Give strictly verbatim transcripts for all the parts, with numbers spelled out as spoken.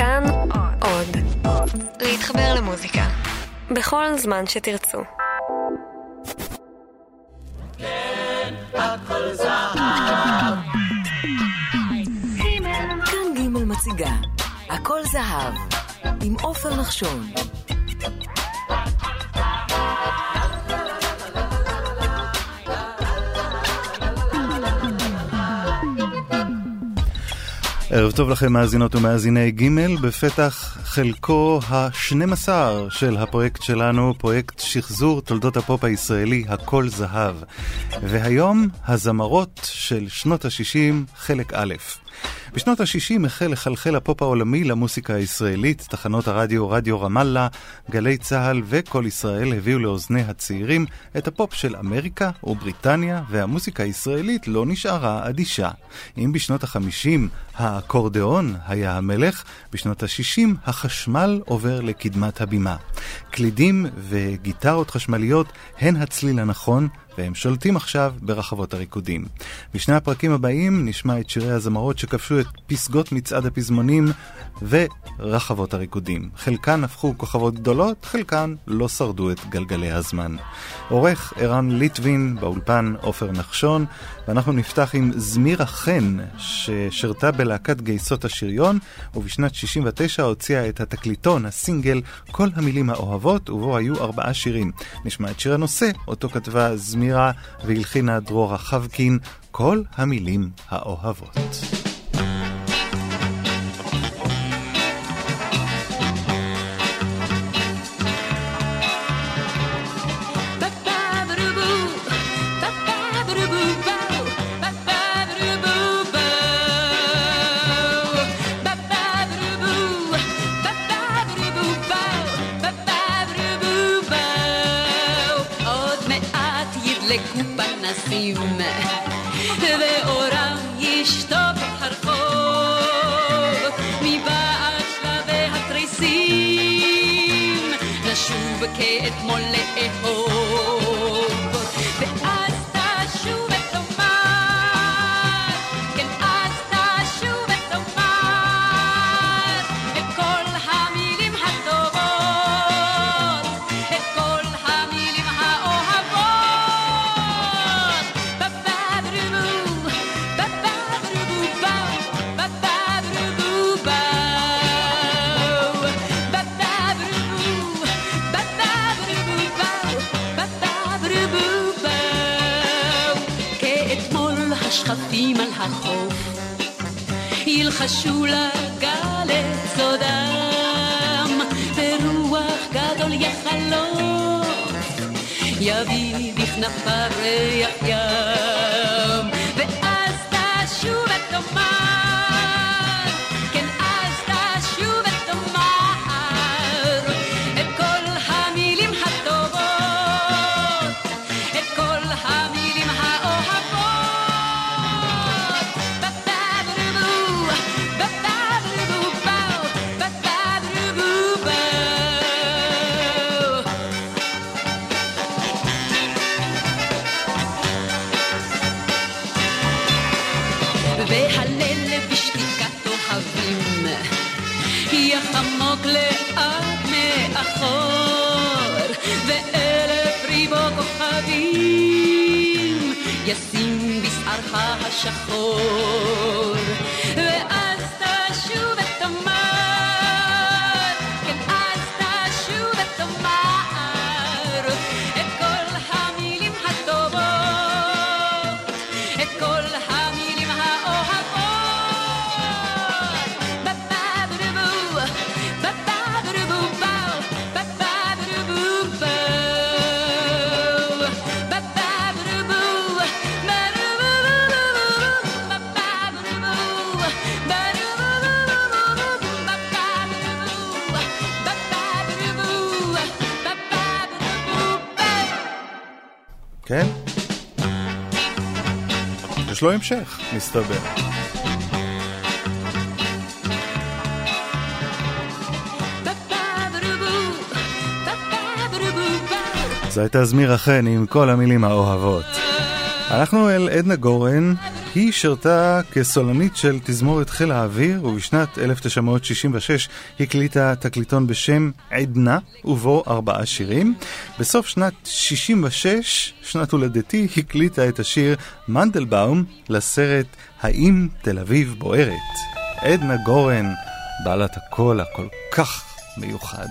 כאן עוד. להתחבר למוזיקה בכל זמן שתרצו. כן, הכל זהב. כאן גימל מציגה הכל זהב עם עופר נחשון. ערב טוב לכם מאזינות ומאזיני גימל, בפתח חלקו ה-שנים עשר של הפרויקט שלנו, פרויקט שחזור תולדות הפופ הישראלי, הכל זהב. והיום הזמרות של שנות ה-שישים, חלק א'. בשנות ה-שישים החל לחלחל הפופ העולמי למוסיקה הישראלית. תחנות הרדיו, רדיו רמאללה, גלי צהל וכל ישראל הביאו לאוזני הצעירים את הפופ של אמריקה ובריטניה, והמוסיקה הישראלית לא נשארה אדישה. אם בשנות ה-חמישים האקורדיאון היה המלך, בשנות ה-שישים החשמל עובר לקדמת הבימה. קלידים וגיטרות חשמליות הן הצליל הנכון, והם שולטים עכשיו ברחבות הריקודים. בשני הפרקים הבאים נשמע את שירי הזמרות שכבשו את פסגות מצעד הפזמונים ורחבות הריקודים. חלקן הפכו כוכבות גדולות, חלקן לא שרדו את גלגלי הזמן. עורך ערן ליטווין, באולפן עופר נחשון, ואנחנו נפתח עם זמירה חן, ששרתה בלהקת גייסות השריון, ובשנת שישים ותשע הוציאה את התקליטון, הסינגל, כל המילים האוהבות, ובו היו ארבעה שירים. נשמע את שיר הנושא, אותו כתבה זמירה והלחינה דרורה חבקין, כל המילים האוהבות. ואורם ישטוף הרחוב מבעד שלבי התריסים נשוב כאתמול לאהוב ואז תשוב ותאמר כן אז תשוב ותאמר את כל המילים הטובות את כל המילים האוהבות השכפים על החוף ילחשו לגל את סודם ורוח גדול יחלוף יביא בכנפיו ריח ים ואז תשוב ותאמר כן אז תשוב ותאמר את כל המילים הטובות את כל המילים האוהבות והלל בשתיקת אוהבים יחמוק לאט מאחור ואלף ריבו כוכבים ישים בשערך השחור ואז תשוב ותאמר כן אז תשוב ותאמר את כל המילים הטובות את כל המילים כן? יש לו המשך, מסתבר. זו הייתה זמירה חן עם כל המילים האוהבות. אנחנו אל עדנה גורן, היא שרתה כסולנית של תזמורת חיל האוויר, ובשנת אלף תשע מאות שישים ושש הקליטה תקליטון בשם עדנה, ובו ארבעה שירים. בסוף שנת שישים ושש, שנת הולדתי, הקליטה את השיר מנדלבאום לסרט האם תל אביב בוערת. עדנה גורן, בעלת הקול הכל כך מיוחד.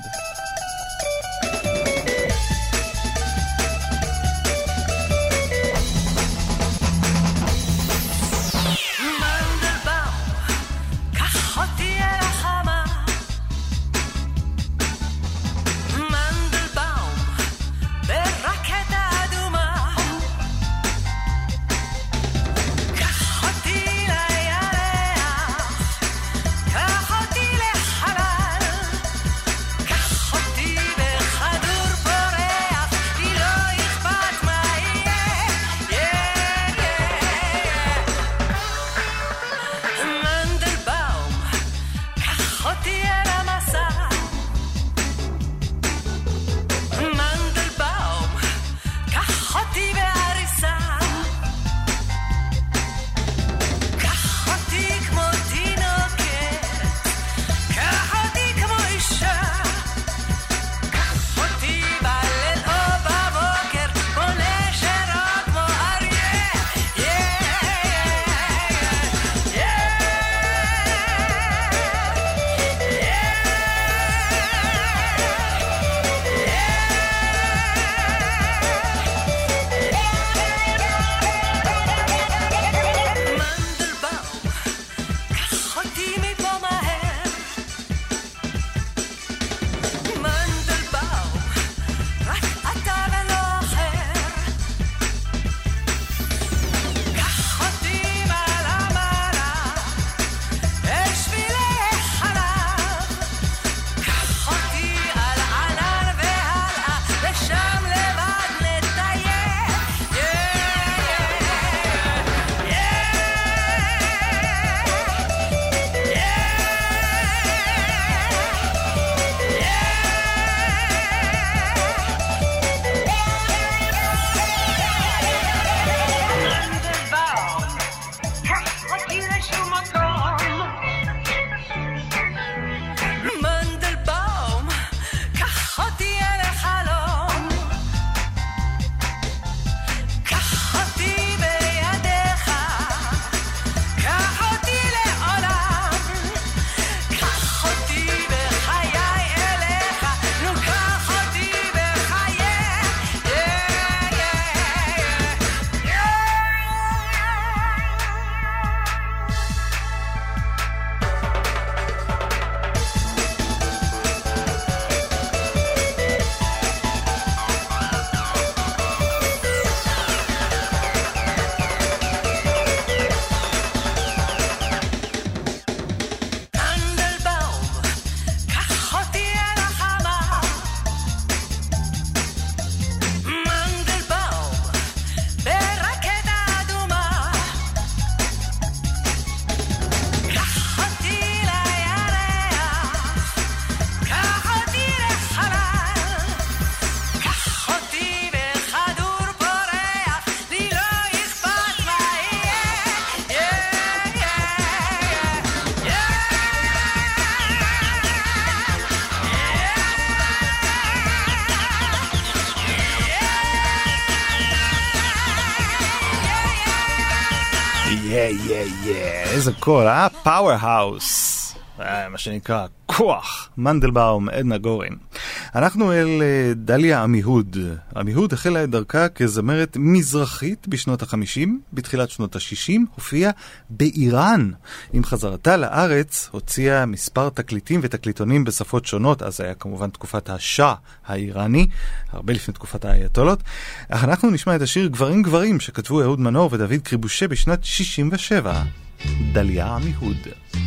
איזה קול, אה? פאוור-האוס. מה שנקרא כוח. מנדלבאום, עדנה גורן. אנחנו אל דליה עמיהוד. עמיהוד החלה את דרכה כזמרת מזרחית בשנות החמישים, בתחילת שנות השישים הופיעה באיראן. עם חזרתה לארץ הוציאה מספר תקליטים ותקליטונים בשפות שונות, אז היה כמובן תקופת השאה האיראני, הרבה לפני תקופת האייתולות. אך אנחנו נשמע את השיר גברים גברים שכתבו אהוד מנור ודוד קריבושה בשנת שישים ושבע. דליה עמיהוד.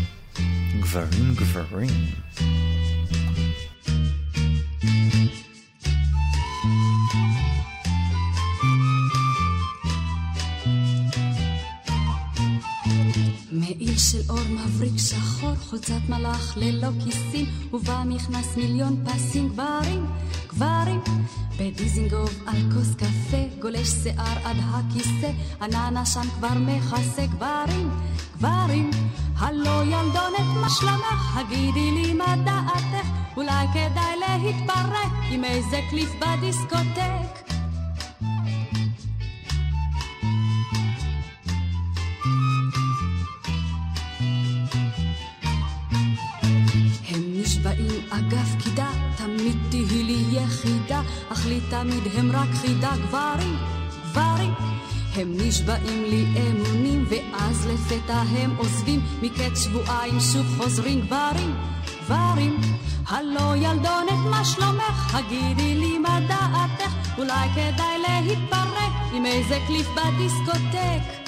גברים גברים. מעיל של אור מבריק שחור, חולצת מלאך ללא כיסים, ובמכנס מיליון פסים. גברים, גברים, בדיזינגוף על כוס קפה, גולש שיער עד הכיסא, ענן עשן כבר מכסה. גברים, גברים, הלא ילדונת מה שלומך, הגידי לי מה דעתך, אולי כדאי להתפרק עם איזה קליף בדיסקוטק. נשבעים אגף קידה, תמיד תהי לי יחידה, אך לי תמיד הם רק חידה. גברים, גברים, הם נשבעים לי אמונים, ואז לפתע הם עוזבים, מקץ שבועיים שוב חוזרים. גברים, גברים, הלא ילדונת מה שלומך, הגידי לי מה דעתך, אולי כדאי להתפרק עם איזה קליף בדיסקוטק.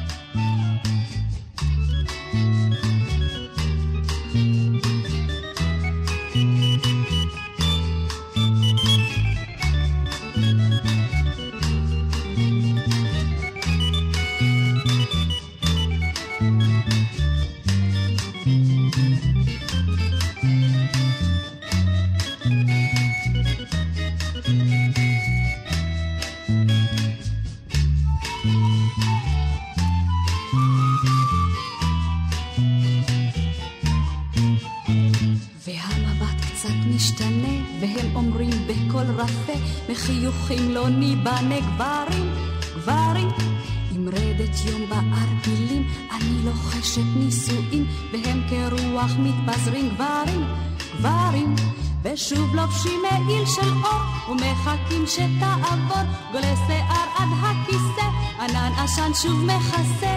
חיוכים לא ניבנה. גברים, גברים, עם רדת יום בערפילים, אני לוחשת נישואים, והם כרוח מתפזרים. גברים, גברים, ושוב לובשים מעיל של אור, ומחכים שתעבור, גולי שיער עד הכיסא, ענן עשן שוב מכסה.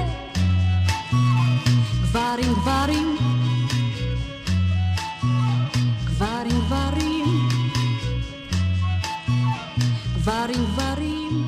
גברים, גברים, גברים, גברים, גברים, גברים,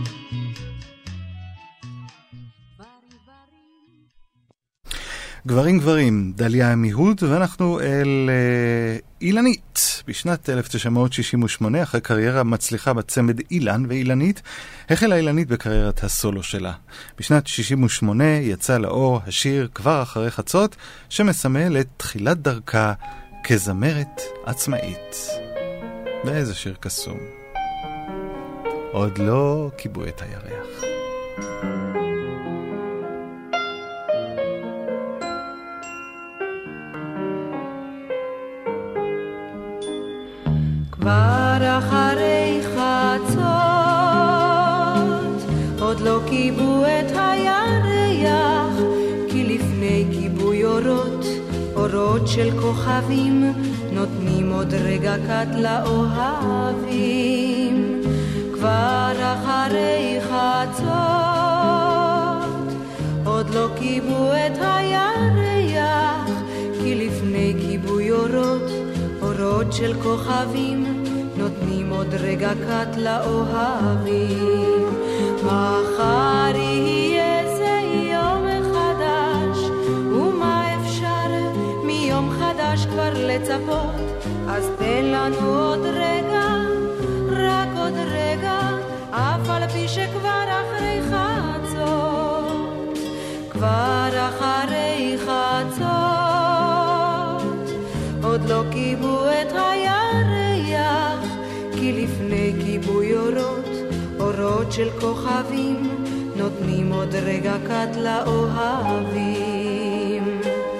גברים גברים, דליה עמיהוד, ואנחנו אל אילנית. בשנת אלף תשע מאות שישים ושמונה, אחרי קריירה מצליחה בצמד אילן ואילנית, החלה אילנית בקריירת הסולו שלה. בשנת שישים ושמונה יצא לאור השיר כבר אחרי חצות, שמסמל את תחילת דרכה כזמרת עצמאית. ואיזה שיר קסום. עוד לא קיבו את הירח. כבר אחרי חצות, עוד לא קיבו את הירח, כי לפני כיבוי אורות, אורות של כוכבים, נותנים עוד רגע קט לאוהבים. כבר אחרי חצות, עוד לא קיבו את הירח, כי לפני כיבוי אורות, אורות של כוכבים, נותנים עוד רגע קט לאוהבים. מחר יהיה זה יום חדש, ומה אפשר מיום חדש כבר לצפות? אז תן לנו עוד רגע, רק עוד רגע, אף על פי שכבר אחרי חצות. כבר אחרי חצות, עוד לא קיבו את הירח, כי לפני כיבוי אורות, אורות של כוכבים, נותנים עוד רגע קט לאוהבים.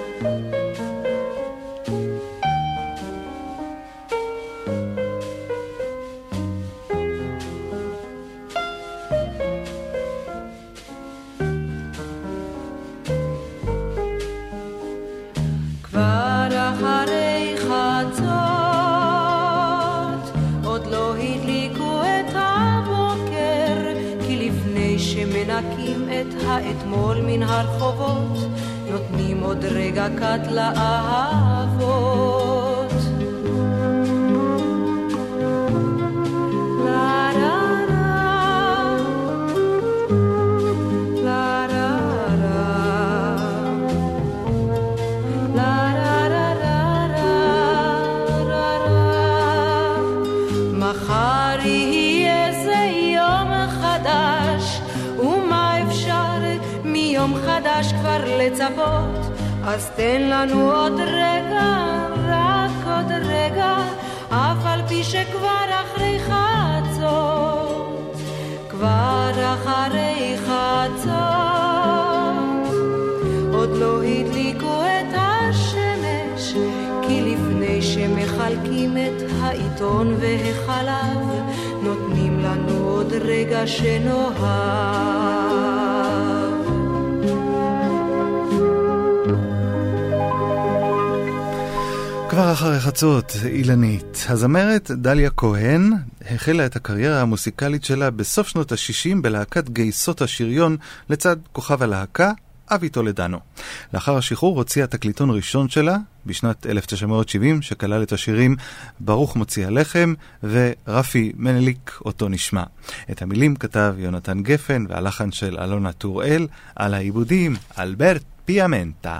מנקים את האתמול מן הרחובות, נותנים עוד רגע קט לאהבות. לה לה לה, לה לה לה, לה לה לה. מחר יהיה זה יום חדש, ומה אפשר מיום חדש כבר לצפות? אז תן לנו עוד רגע, רק עוד רגע, אף על פי שכבר אחרי חצות, כבר אחרי חצות, עוד לא הדליקו את השמש, כי לפני שמחלקים את העיתון והחלב, נותנים לנו עוד רגע שנוהב. כבר אחרי חצות, אילנית. הזמרת דליה כהן החלה את הקריירה המוסיקלית שלה בסוף שנות ה-שישים בלהקת גייסות השריון לצד כוכב הלהקה אבי טולדנו. לאחר השחרור הוציאה תקליטון ראשון שלה בשנת אלף תשע מאות שבעים שכלל את השירים ברוך מוציא הלחם ורפי מנליק אותו נשמע. את המילים כתב יונתן גפן והלחן של אלונה טוראל, על העיבודים אלברט פיאמנטה.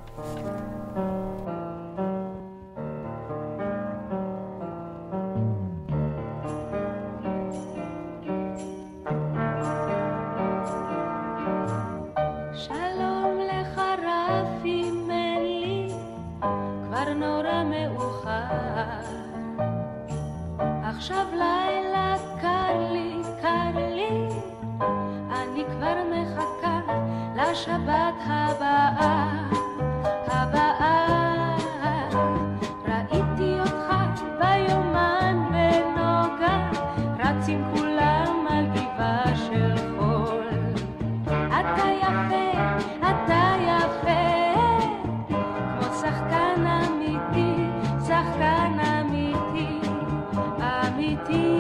שבת הבאה, הבאה, ראיתי אותך ביומן בנוגה, רצים כולם על גבעה של חול. אתה יפה, אתה יפה, כמו שחקן אמיתי, שחקן אמיתי, אמיתי.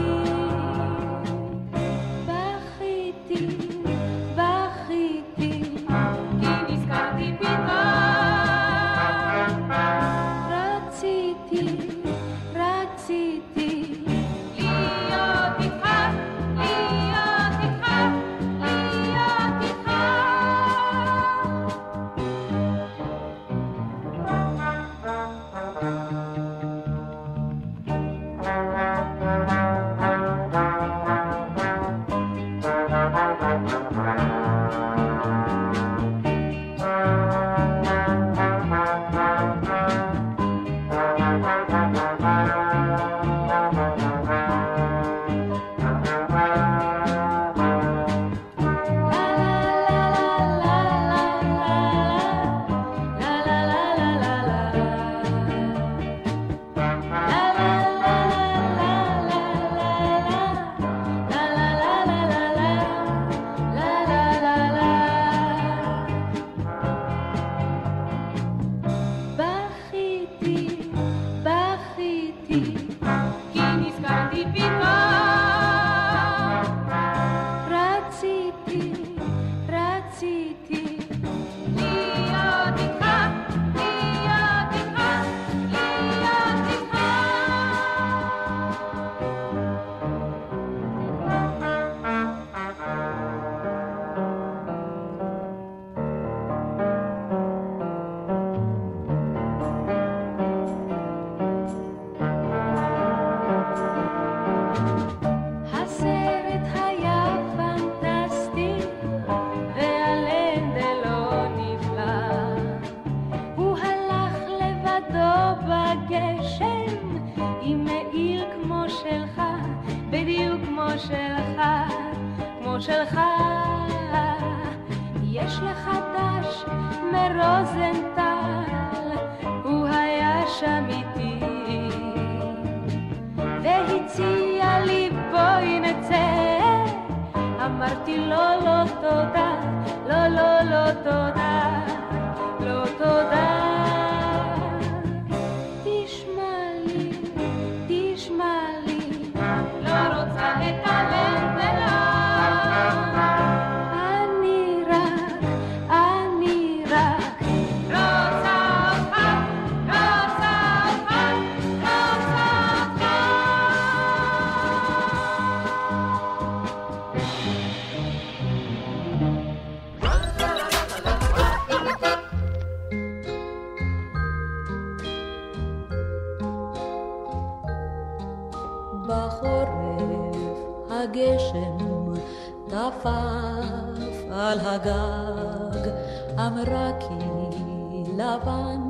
לבן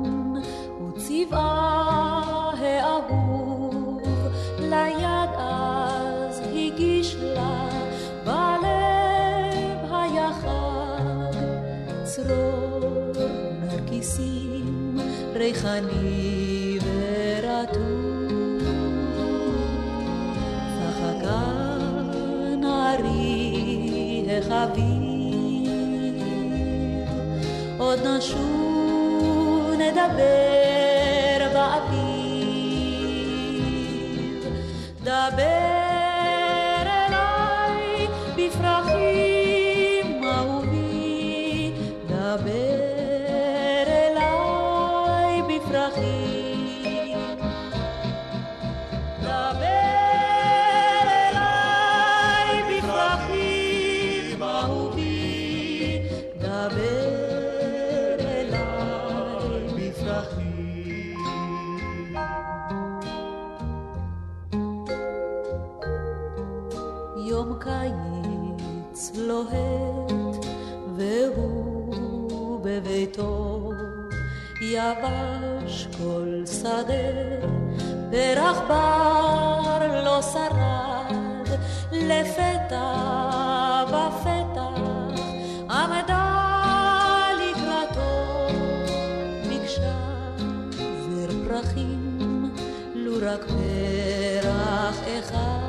וצבעה האהוב ליד אז הגיש לה בלב היה חג צרור נרקיסים ריחני ורטוב צחקה נערי החביב עוד נשוב נדבר באביב דבר אליי בפרחים אהובי דבר אליי בפרחים דבר אליי בפרחים אהובי דבר יום קיץ לוהט והוא בביתו יבש כל שדה פרח בר לא שרד לפתע בפתח עמדה לקראתו ביקשה זר פרחים לו רק פרח אחד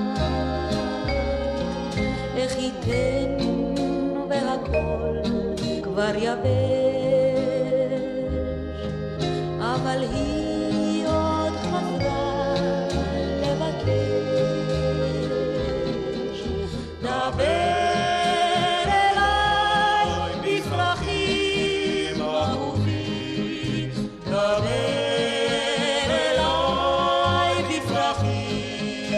איך ייתן והכל כבר יבש אבל היא עוד חזרה לבקש דבר אליי בפרחים אהובי דבר אליי בפרחים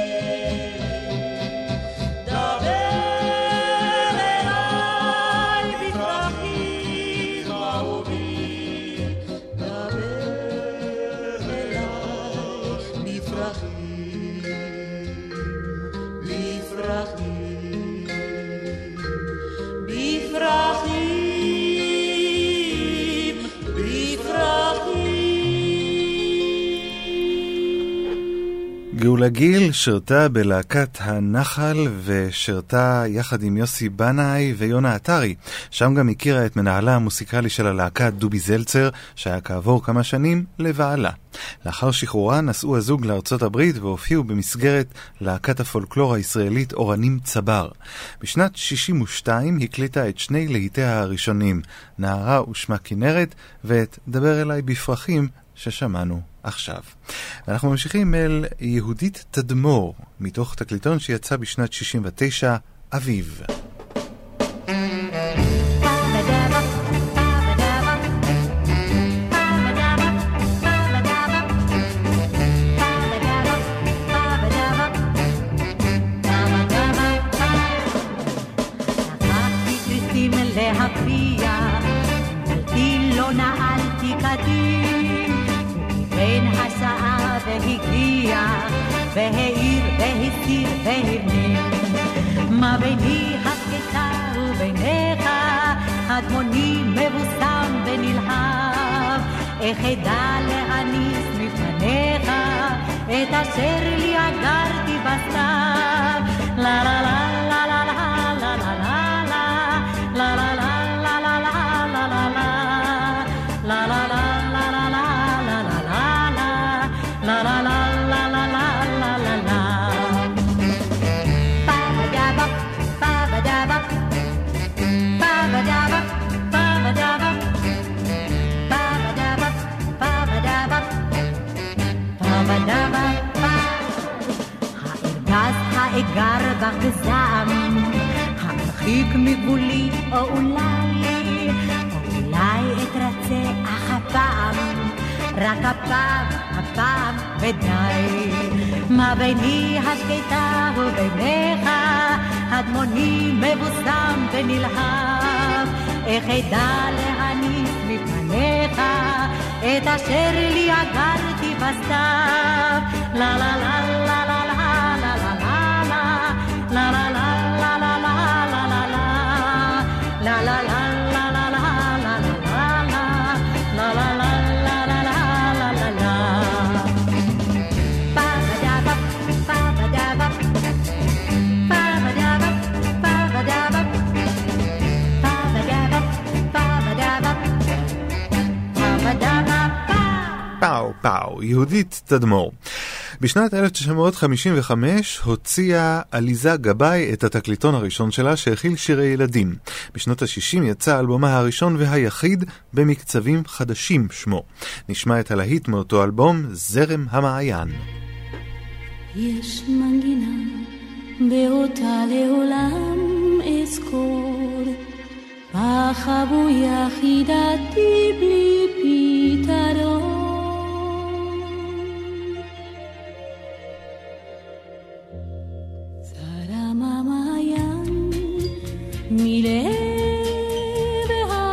גאולה גיל שרתה בלהקת הנחל ושרתה יחד עם יוסי בנאי ויונה עטרי. שם גם הכירה את מנהלה המוסיקלי של הלהקת דובי זלצר, שהיה כעבור כמה שנים לבעלה. לאחר שחרורה נסעו הזוג לארצות הברית והופיעו במסגרת להקת הפולקלור הישראלית אורנים צבר. בשנת שישים ושתיים הקליטה את שני להיטיה הראשונים, נערה ושמה כנרת ואת דבר אליי בפרחים ששמענו עכשיו. אנחנו ממשיכים אל יהודית תדמור, מתוך תקליטון שיצא בשנת שישים ותשע, אביב. והעיר והסיר והבנים מה ביני הסקטה וביניך הדמוני מבוסם ונלהב איך אדע להניס מפניך את אשר לי אגרתי בסתיו לה לה לה לה לה לה לה לה לה לה לה לה האגר בך בזעם המרחיק מגבולי או אולי או אולי אתרצה אך הפעם רק הפעם, הפעם ודי מה ביני השקטה וביניך הדמוני מבוסם ונלהב איך אדע להניס מפניך את אשר לי אגרתי בסתיו לה לה לה לה לה לה לה לה La la la la la la la la la la la la la la la la la la יהודית תדמור. בשנת אלף תשע מאות חמישים וחמש הוציאה עליזה גבאי את התקליטון הראשון שלה שהכיל שירי ילדים. בשנות ה-שישים יצא אלבומה הראשון והיחיד במקצבים חדשים שמו. נשמע את הלהיט מאותו אלבום, זרם המעיין. יש מנגינה באותה לעולם אזכור, בחבו יחידתי בלי פתרון. זרם המעיין מלב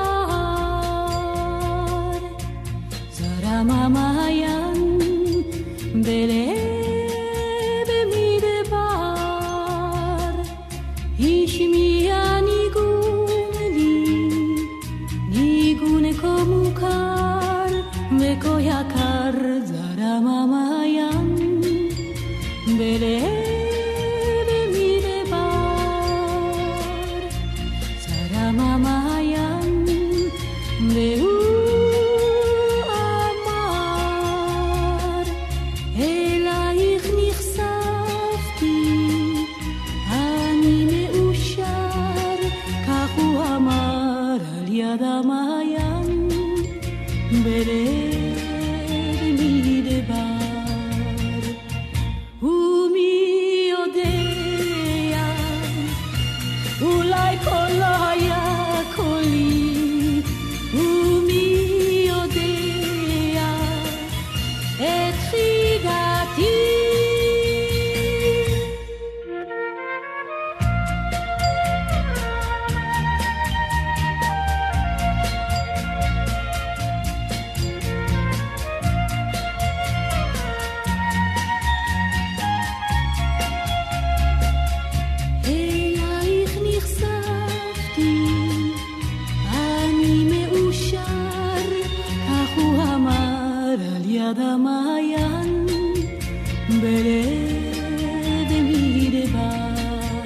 ההר, זרם המעיין בלב השמיע ניגון לי, ניגון כה מוכר וכה יקר, זרם המעיין בלב מדבר, זרם המעיין והוא אמר, אלייך נחשפתי, יד המעיין בלב מדבר, ומי יודע, אולי קולו היה קולי, ומי יודע את חידתי. יד המעיין בלב מדבר,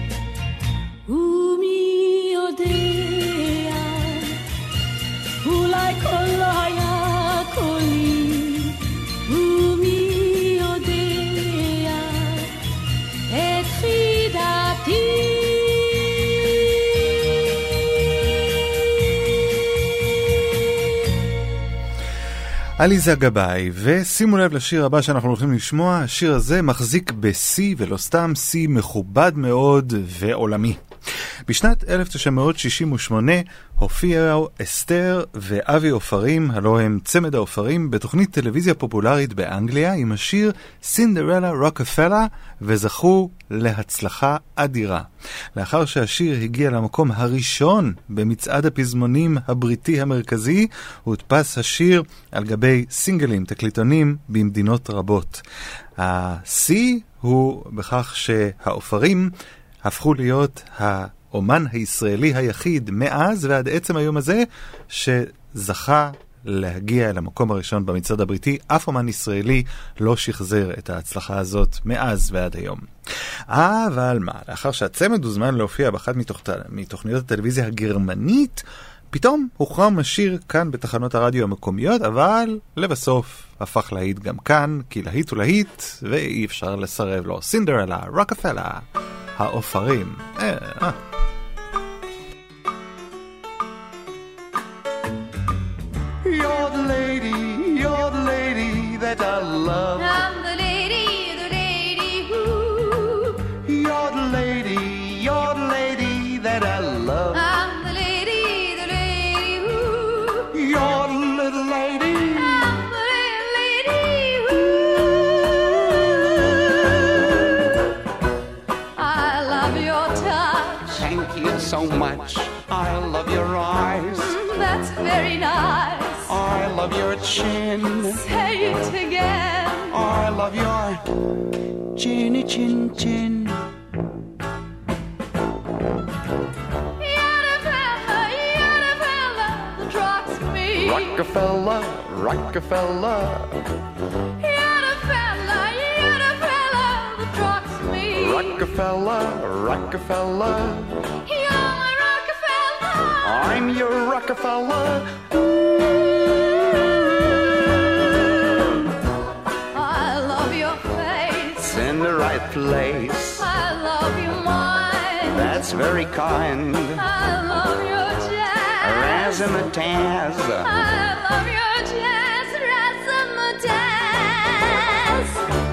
ומי יודע, אולי קולו היה קולי, ומי יודע את חידתי. עליזה גבאי, ושימו לב לשיר הבא שאנחנו הולכים לשמוע. השיר הזה מחזיק ב-C, ולא סתם C, מכובד מאוד ועולמי. בשנת אלף תשע מאות שישים ושמונה הופיעו אסתר ואבי אופרים, הלא הם צמד האופרים, בתוכנית טלוויזיה פופולרית באנגליה עם השיר סינדרלה רוקפלה, וזכו להצלחה אדירה. לאחר שהשיר הגיע למקום הראשון במצעד הפזמונים הבריטי המרכזי, הודפס השיר על גבי סינגלים, תקליטונים במדינות רבות. ה-C הוא בכך שהאופרים הפכו להיות האומן הישראלי היחיד מאז ועד עצם היום הזה שזכה להגיע אל המקום הראשון במצעד הבריטי. אף אומן ישראלי לא שחזר את ההצלחה הזאת מאז ועד היום. אבל מה, לאחר שהצמד הוזמן להופיע באחת מתוך, מתוכניות הטלוויזיה הגרמנית, פתאום הוחרם השיר כאן בתחנות הרדיו המקומיות, אבל לבסוף הפך להיט גם כאן, כי להיט הוא להיט ואי אפשר לסרב לו. סינדרלה, רוקפלה, האופרים. אה, אה. You're the lady, you're the lady that I love. I'm the lady, the lady who. You're the lady, you're the lady that I love. I'm the lady, the lady who. You're the little lady. I'm the little lady who. I love your touch. Thank you so much. I love your eyes. That's very nice. I love your chin. Say it again. I love your chinny chin chin. You're the fella, you're the fella that rocks me. Rockefeller, Rockefeller. You're the fella, you're the fella that rocks me. Rockefeller, Rockefeller. You're my Rockefeller. I'm your Rockefeller. in the right place. I love you, mine. That's very kind. I love your jazz. Razzmatazz. I love your jazz. Razzmatazz.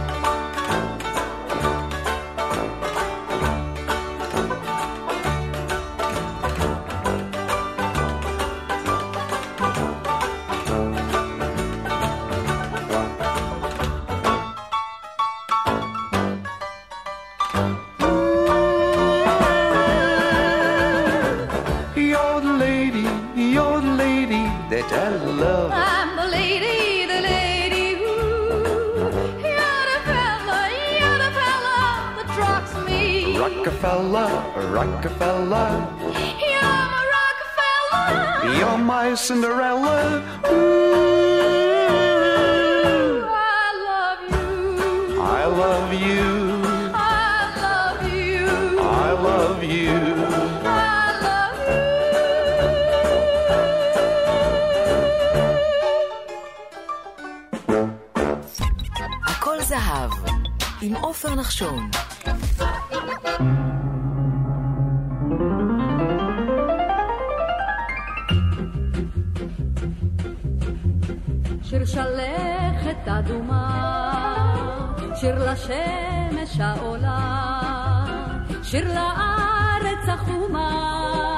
That I love. I'm the lady, the lady who. You're the fella, you're the fella that rocks me. Rockefeller, Rockefeller. You're my Rockefeller. You're my Cinderella. Ooh, I love you. I love you. I love you. I love you. זהב, עם עופר נחשון. שיר שלכת אדומה, שיר לשמש העולה, שיר לארץ החומה,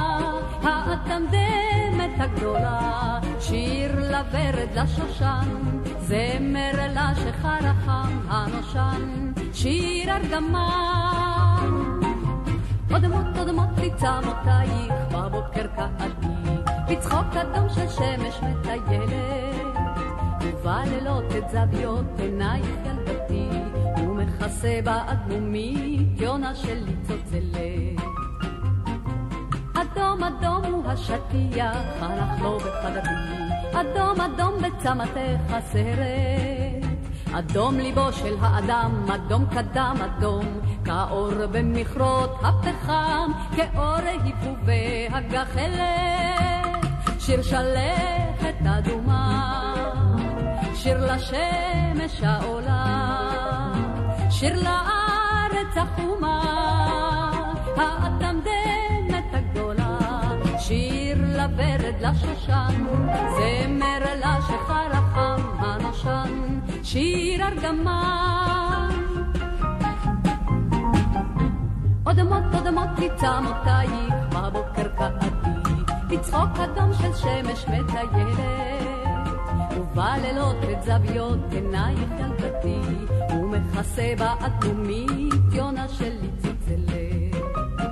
האטמדמת הגדולה, שיר לברד לשושן, זמר לשחר החם הנושן, שיר ארגמן. אודמות אודמות תצמותייך בבוקר כעדי, בצחוק אדום של שמש מטיילת, ובלילות את זוויות עינייך ילדתי, ומכסה באדמומית יונה שלי צוצלת. אדום אדום הוא השטיח, הלך לו בחדרי, אדום אדום בצמתך הסרט, אדום ליבו של האדם, אדום קדם אדום, כאור במכרות הפחם, כאור היפובי הגחלת. שיר שלכת אדומה, שיר לשמש העולה, שיר לארץ החומה, האטמדמת הגדולה, שיר לברד לשושן, זמר לשחר החם הנושן, שיר ארגמן. אודמות אודמות תצמותייך בבוקר כעדי, בצחוק אדום של שמש מטיילת, ובלילות את זוויות עינייך ילדתי, ומכסה באדמומית יונה שלי צוצלת.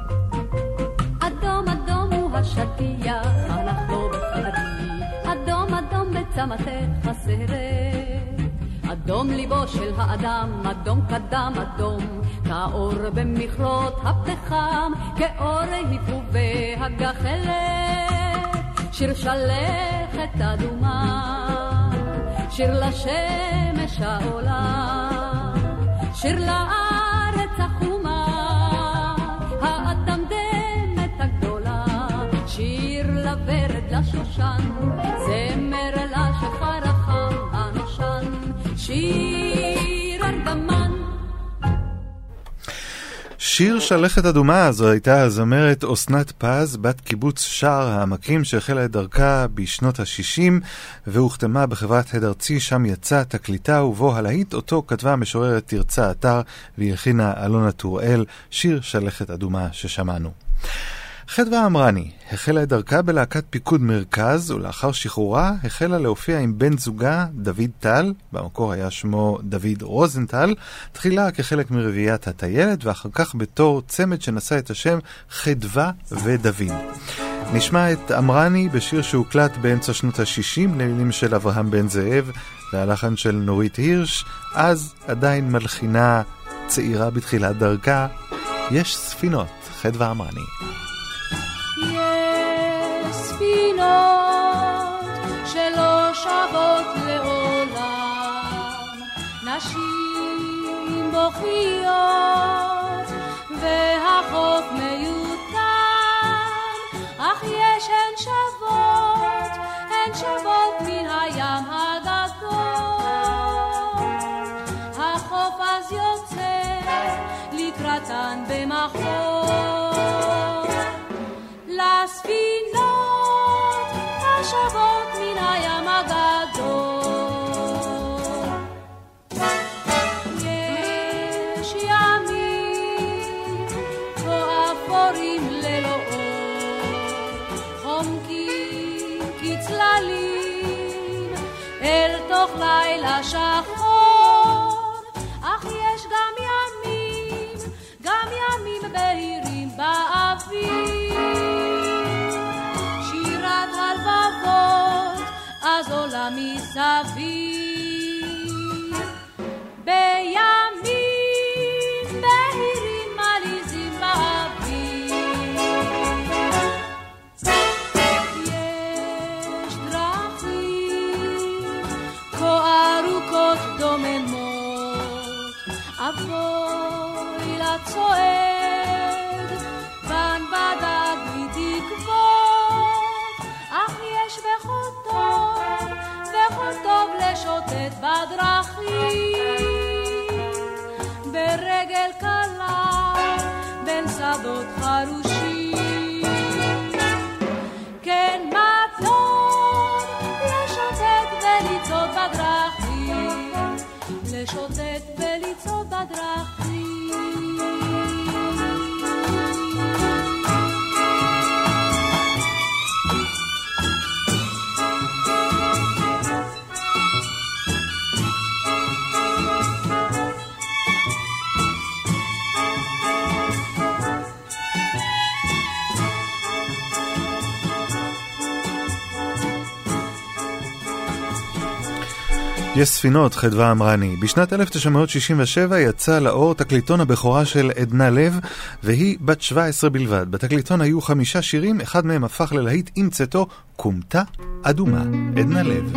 אדום אדום הוא השטיח, הלך לו בחדרי, אדום אדום בצמתך הסרט, אדום ליבו של האדם, אדום קדם אדום, כאור במכרות הפחם, כאור היפובי הגחלת. שיר שלכת אדומה, שיר לשמש העולה, שיר לארץ החומה, האטמדמת הגדולה, שיר לברד לשושן, זמר לשחר החם הנושן, שיר ארגמן. שיר שלכת אדומה, זו הייתה הזמרת אסנת פז, בת קיבוץ שער העמקים, שהחלה את דרכה בשנות ה-שישים והוכתמה בחברת הד ארצי, שם יצא תקליטה ובו הלהיט אותו כתבה המשוררת תרצה אתר והלחינה אלונה טוראל, שיר שלכת אדומה ששמענו. חדווה אמרני החלה את דרכה בלהקת פיקוד מרכז, ולאחר שחרורה החלה להופיע עם בן זוגה דוד טל, במקור היה שמו דוד רוזנטל, תחילה כחלק מרביעיית הטיילת, ואחר כך בתור צמד שנשא את השם חדווה ודוד. נשמע את אמרני בשיר שהוקלט באמצע שנות ה-שישים למילים של אברהם בן זאב והלחן של נורית הירש, אז עדיין מלחינה צעירה בתחילת דרכה. יש ספינות, חדווה אמרני. יש ספינות שלא שבות לעולם, נשים בוכיות והחוף מיותם, אך יש הן שוות, הן שוות מן הים הגדול, החוף אז יוצא רצן במחור לספינות השבות מן הים הגדול. יש ימים כה אפורים ללא אור, חומקים כצללים אל תוך לילה שחור, אך יש גם ימים, גם ימים בהירים באוויר, שירת הלבבות אז עולה מסביב. בימים בהירים מליזים באוויר, יש דרכים כה ארוכות דוממות, אבוי לצועד בן בדד מתקוות, אך יש בכל טוב, בכל טוב לשוטט בדרכים, ברגל קלה בין שדות חרושים. כן, מה טוב לשוטט ולצעוד בדרכים, לשוטט ולצעוד בדרכים. יש ספינות, חדווה אמרני. בשנת אלף תשע מאות שישים ושבע יצא לאור תקליטון הבכורה של עדנה לב, והיא בת שבע עשרה בלבד. בתקליטון היו חמישה שירים, אחד מהם הפך ללהיט עם צאתו, קומתה אדומה. עדנה לב.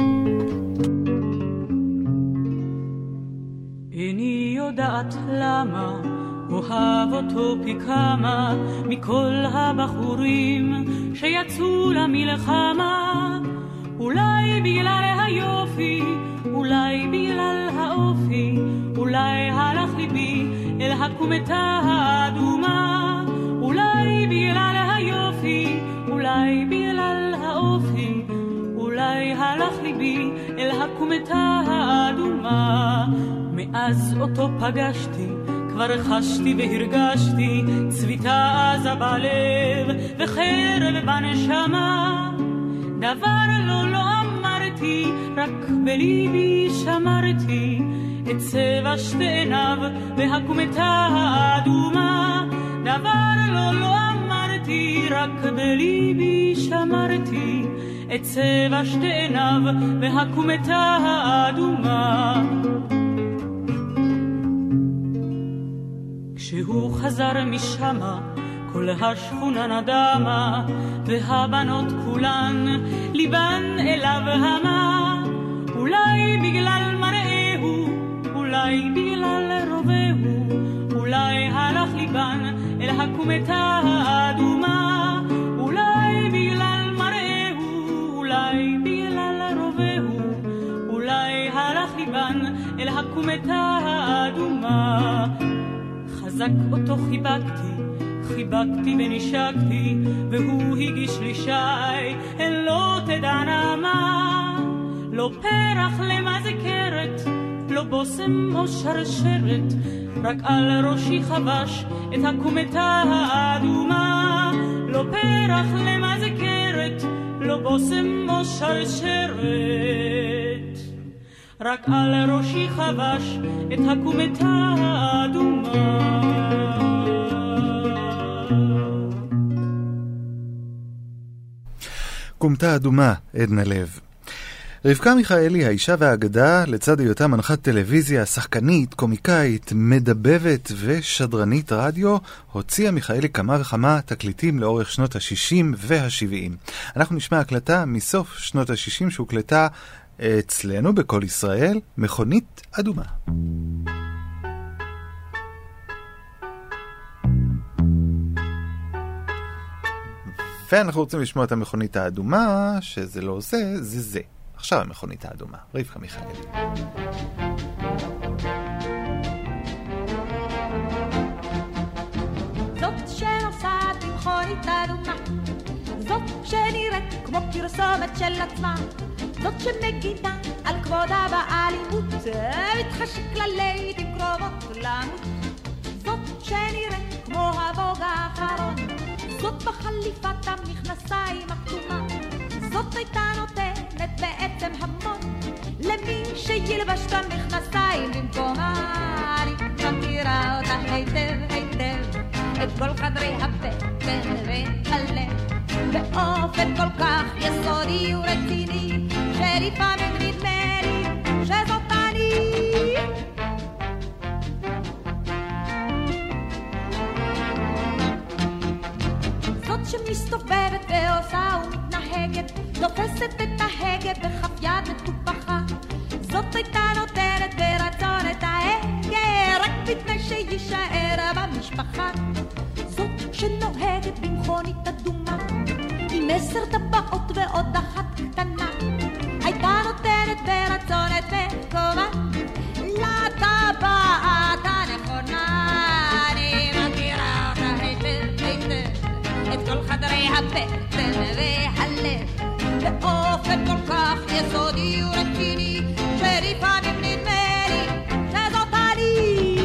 איני יודעת למה אוהב אותו פי כמה מכל הבחורים שיצאו למלחמה, אולי בגלל היופי, אולי בגלל האופי, אולי הלך ליבי אל הקומתה האדומה, אולי בגלל היופי, אולי בגלל האופי, אולי הלך ליבי אל הקומתה האדומה. מאז אותו פגשתי כבר חשתי והרגשתי צביטה עזה בלב וחרב בנשמה, דבר לא לא אמרתי, רק בליבי שמרתי את צבע שתי עיניו והקומתה האדומה, דבר לא לא אמרתי, רק בליבי שמרתי את צבע שתי עיניו והקומתה האדומה. כשהוא חזר משמה כל השכונה נדמה, והבנות כולן ליבן אליו המה, אולי בגלל מראהו, אולי בגלל רובהו, אולי הלך ליבן אל הקומתה האדומה, אולי בגלל מראהו, אולי בגלל רובהו, אולי הלך ליבן אל הקומתה האדומה. חזק אותו חיבקתי, חיבקתי ונשקתי, והוא הגיש לי שי, הן לא תדענה מה, לא פרח למזכרת, לא בוסם או שרשרת, רק על ראשי חבש את הקומתה האדומה, לא פרח למזכרת, לא בוסם או שרשרת, רק על ראשי חבש את הקומתה האדומה. קומתה אדומה, עדנה לב. רבקה מיכאלי, האישה והאגדה, לצד היותה מנחת טלוויזיה, שחקנית, קומיקאית, מדבבת ושדרנית רדיו, הוציאה מיכאלי כמה וכמה תקליטים לאורך שנות ה-שישים וה-שבעים. אנחנו נשמע הקלטה מסוף שנות ה-שישים שהוקלטה אצלנו בכל ישראל, מכונית אדומה. ואנחנו רוצים לשמוע את המכונית האדומה, שזה לא זה, זה זה. עכשיו המכונית האדומה, רבקה מיכאלי. כמו פרסומת של עצמה, זאת שמגינה על כבודה באלימות, מתחשק ללעיתים קרובות למות, זאת שנראית כמו הבוג האחרון, זאת בחליפת המכנסיים הכתומה, זאת הייתה נותנת בעצם המון למי שילבש את המכנסיים במקומה. אני מכירה אותה היטב היטב, את כל חדרי הבטן והלב, באופן כל כך יסודי ורציני, שלפעמים נדמה לי שזאת אני. זאת שמסתובבת ועושה ומתנהגת, תופסת את ההגה בכף יד מטופחה, זאת הייתה נותנת ברצון את ההגה רק בתנאי שישאר במשפחה. זאת שנוהגת במכונית אדומה עם עשר טבעות ועוד אחת קטנה, הייתה נותנת ברצון את מקומה לטבעת הנכונה. אני מכירה אותה היטב היטב, את כל חדרי הבטן והלב, באופן כל כך יסודי ורציני, שלפעמים נדמה לי שזאת אני.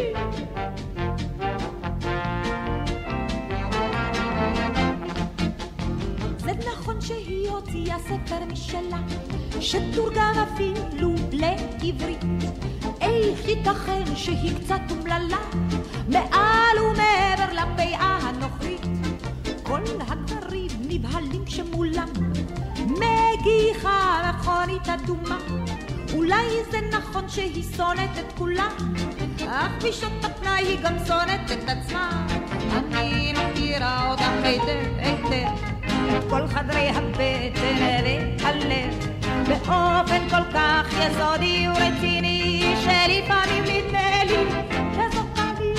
זה נכון שהיא הוציאה ספר משלה, שתורגם אפילו לעברית, איך ייתכן שהיא קצת אומללה, מעל ומעבר לפאה הנוכרית, כל הגברים נבהלים שמולם מגיחה מכונית אדומה. אולי זה נכון שהיא שונאת את כולם, אך בשעות הפנאי היא גם שונאת את עצמה. אני מכירה אותה היטב היטב, את כל חדרי הבטן והלב, באופן כל כך יסודי ורציני, שלפעמים נדמה לי שזאת אני.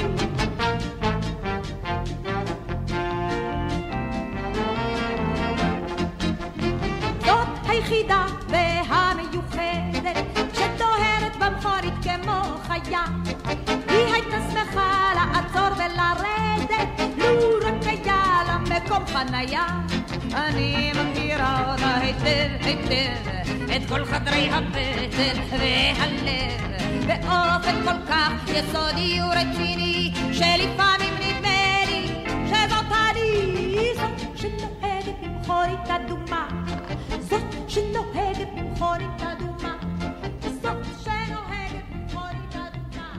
זאת היחידה והמיוחדת שדוהרת במכונית כמו חיה, היא הייתה שמחה לעצור ולרדת, לו רק היה לה מקום חניה. אני מכירה אותה היטב היטב, את כל חדרי הבטן והלב, באופן כל כך יסודי ורציני, שלפעמים נדמה לי שזאת אני. זאת שנוהגת במכונית אדומה, זאת שנוהגת במכונית אדומה, זאת שנוהגת במכונית אדומה.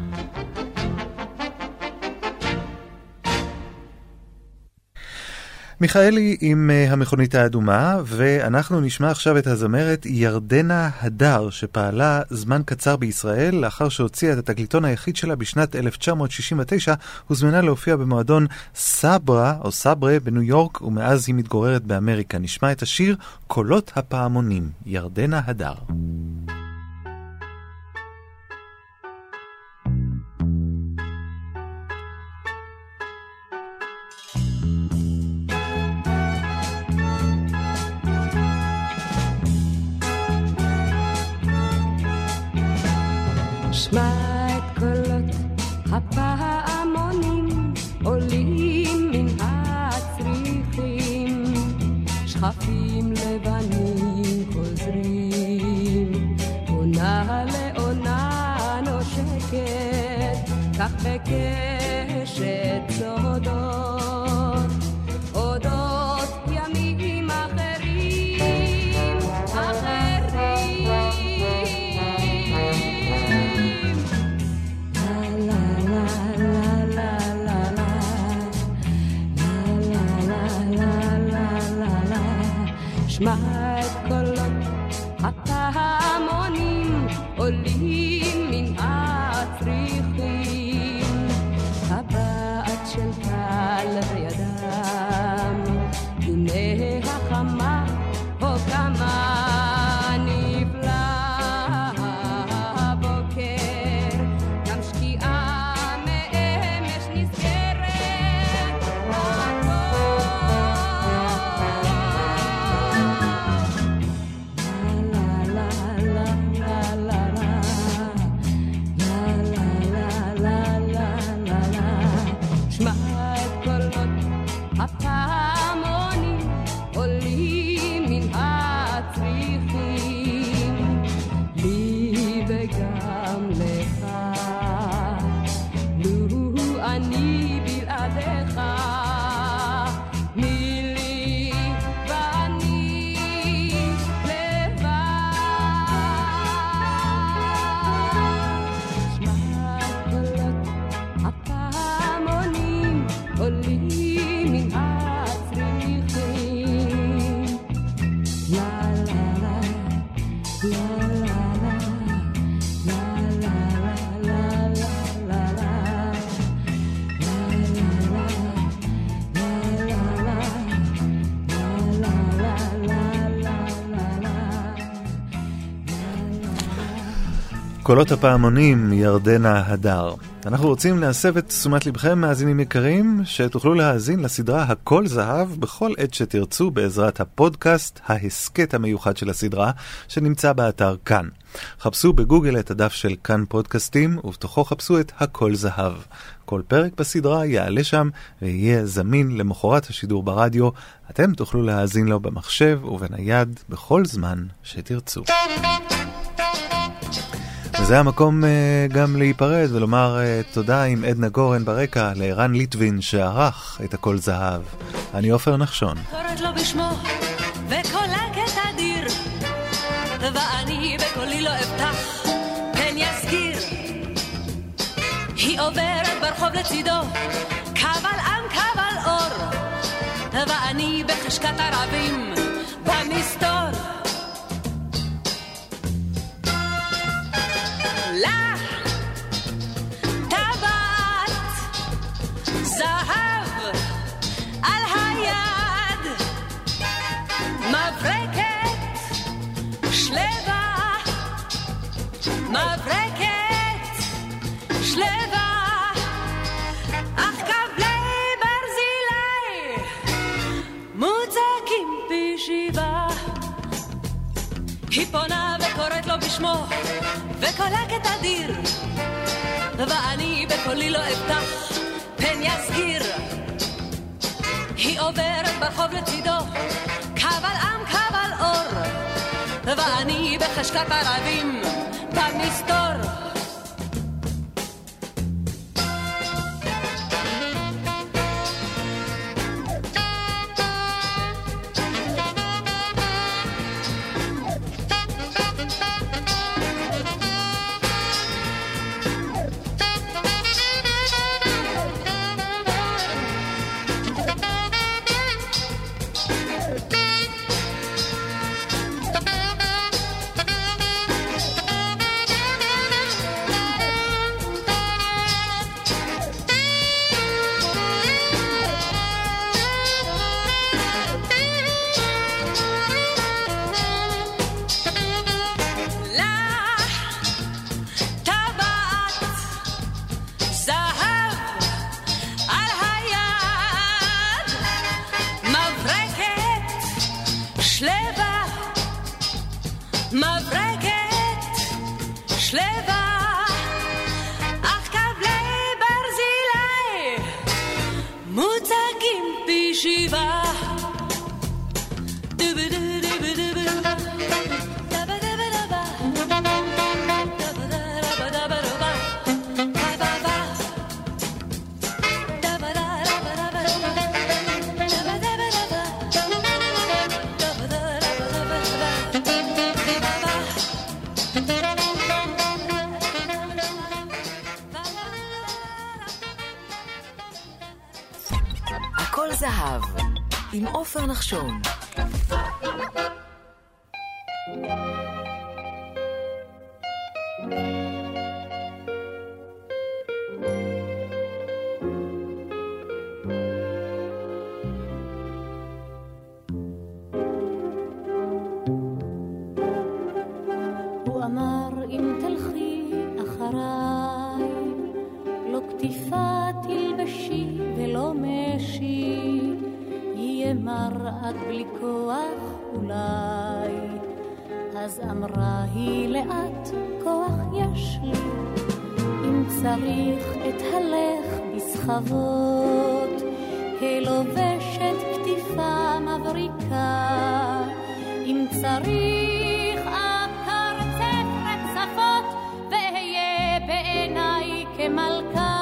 מיכאלי עם המכונית האדומה, ואנחנו נשמע עכשיו את הזמרת ירדנה הדר, שפעלה זמן קצר בישראל לאחר שהוציאה את התקליטון היחיד שלה בשנת אלף תשע מאות שישים ותשע, הוזמנה להופיע במועדון סברה או סברה בניו יורק, ומאז היא מתגוררת באמריקה. נשמע את השיר קולות הפעמונים, ירדנה הדר. שמע את קולות הפעמונים עולים מן הצריחים, שכפים לבנים חוזרים, עונה לעונה נושקת, כך בקשת סודות, אודות ימים אחרים, אחרים. שמע את קולות הפעמונים עולים מן הצריחים, הבת של קל בידם, הנה החמה או כמה נפלא הבוקר, גם שקיעה מאמש נזכרת הכל. קולות הפעמונים, ירדנה הדר. אנחנו רוצים להסב את תשומת לבכם, מאזינים יקרים, שתוכלו להאזין לסדרה הכל זהב בכל עת שתרצו בעזרת הפודקאסט, ההסקט המיוחד של הסדרה, שנמצא באתר כאן. חפשו בגוגל את הדף של כאן פודקאסטים, ובתוכו חפשו את הכל זהב. כל פרק בסדרה יעלה שם ויהיה זמין למחרת השידור ברדיו. אתם תוכלו להאזין לו במחשב ובנייד בכל זמן שתרצו. וזה המקום uh, גם להיפרד ולומר uh, תודה עם עדנה גורן ברקע לערן ליטווין שערך את הכל זהב. אני עופר נחשון. קוראת לו בשמו וקולקת אדיר, ואני בקולי לא אבטח פן יזכיר. היא עוברת ברחוב לצידו קבל עם קבל אור, ואני בחשקת ערבים במסתור. לה טבעת זהב על היד, מברקת שלווה, מברקת שלווה, אך כבלי ברזילי מוצקים בישיבה. היא פונה וקוראת לו בשמו וקולקת אדיר, ואני בקולי לא אבטח פן יזכיר. היא עוברת ברחוב לצידו קבל עם קבל אור, ואני בחשקת ערבים במסתור. הכל זהב עם עופר נחשון. הוא אמר אם תלכי אחריי לא כתיפה תלבשי ולא משי, יהיה מראת בלי כוח אולי. אז אמרה היא לאט כוח יש לי, אם צריך את הלך בסחבות, כלובשת כתיפה מבריקה. אם צריך אקרצף רצפות ואהיה בעיניי כמלכה.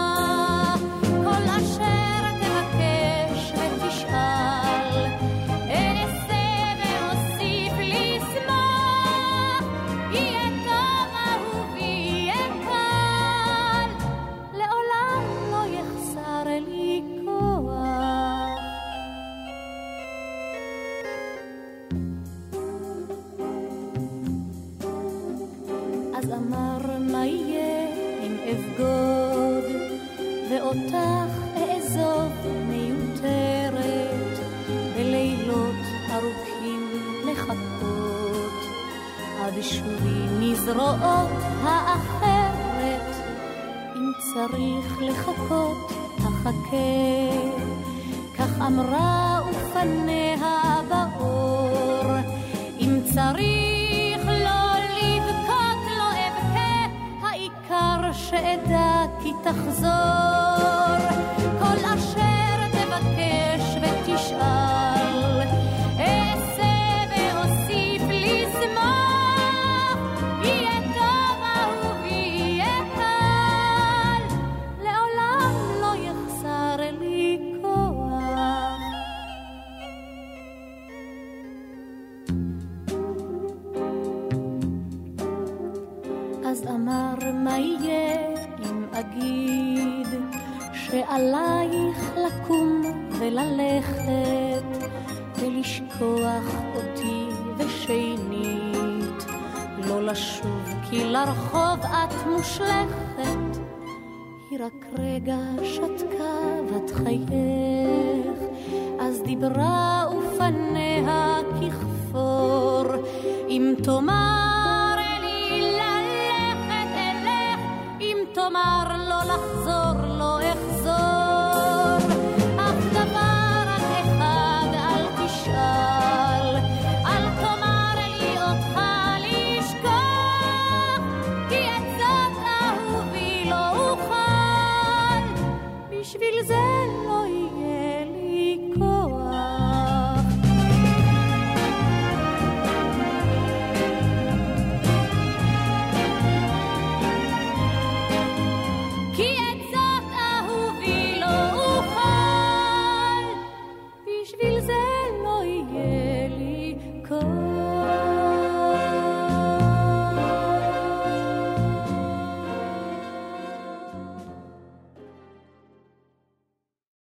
אותך אעזוב מיותרת, בלילות ארוכים לחכות. עד שובי מזרועות האחרת. אם צריך לחכות, תחכה, כך אמרה ופניה באור. אם צריך לא לבכות, לא אבכה, העיקר שאדע כי תחזור. כל אשר תבקש ותשאל, אעשה ואוסיף לשמוח, יהיה טוב אהובי יחל, לעולם לא יחסר לי כוח. אז אמר מה יהיה אם אגיד שעלייך לקום וללכת ולשכוח אותי ושנית לא לשוב כי לרחוב את מושלכת. היא רק רגע שתקה בת חייך, אז דיברה ופניה ככפור. אם תאמר לי ללכת אלך, אם תאמר לא לחזור